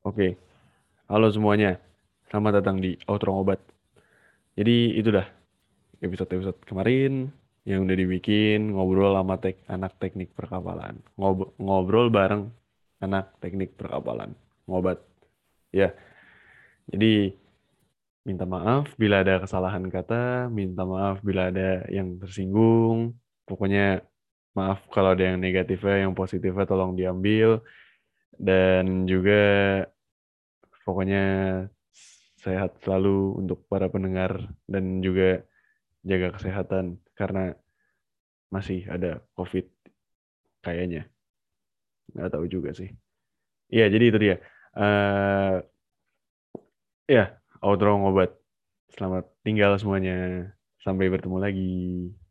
Oke, halo semuanya. Selamat datang di Outro Ngobat. Jadi itu dah episode-episode kemarin yang udah dibikin ngobrol sama anak teknik perkapalan. Ngobrol bareng anak teknik perkapalan. Ngobat. Ya, jadi minta maaf bila ada kesalahan kata, minta maaf bila ada yang tersinggung. Pokoknya maaf kalau ada yang negatifnya, yang positifnya tolong diambil. Dan juga pokoknya sehat selalu untuk para pendengar dan juga jaga kesehatan karena masih ada COVID kayaknya. Nggak tahu juga sih. Iya, jadi itu dia. eh Ya, outro ngobat. Selamat tinggal semuanya. Sampai bertemu lagi.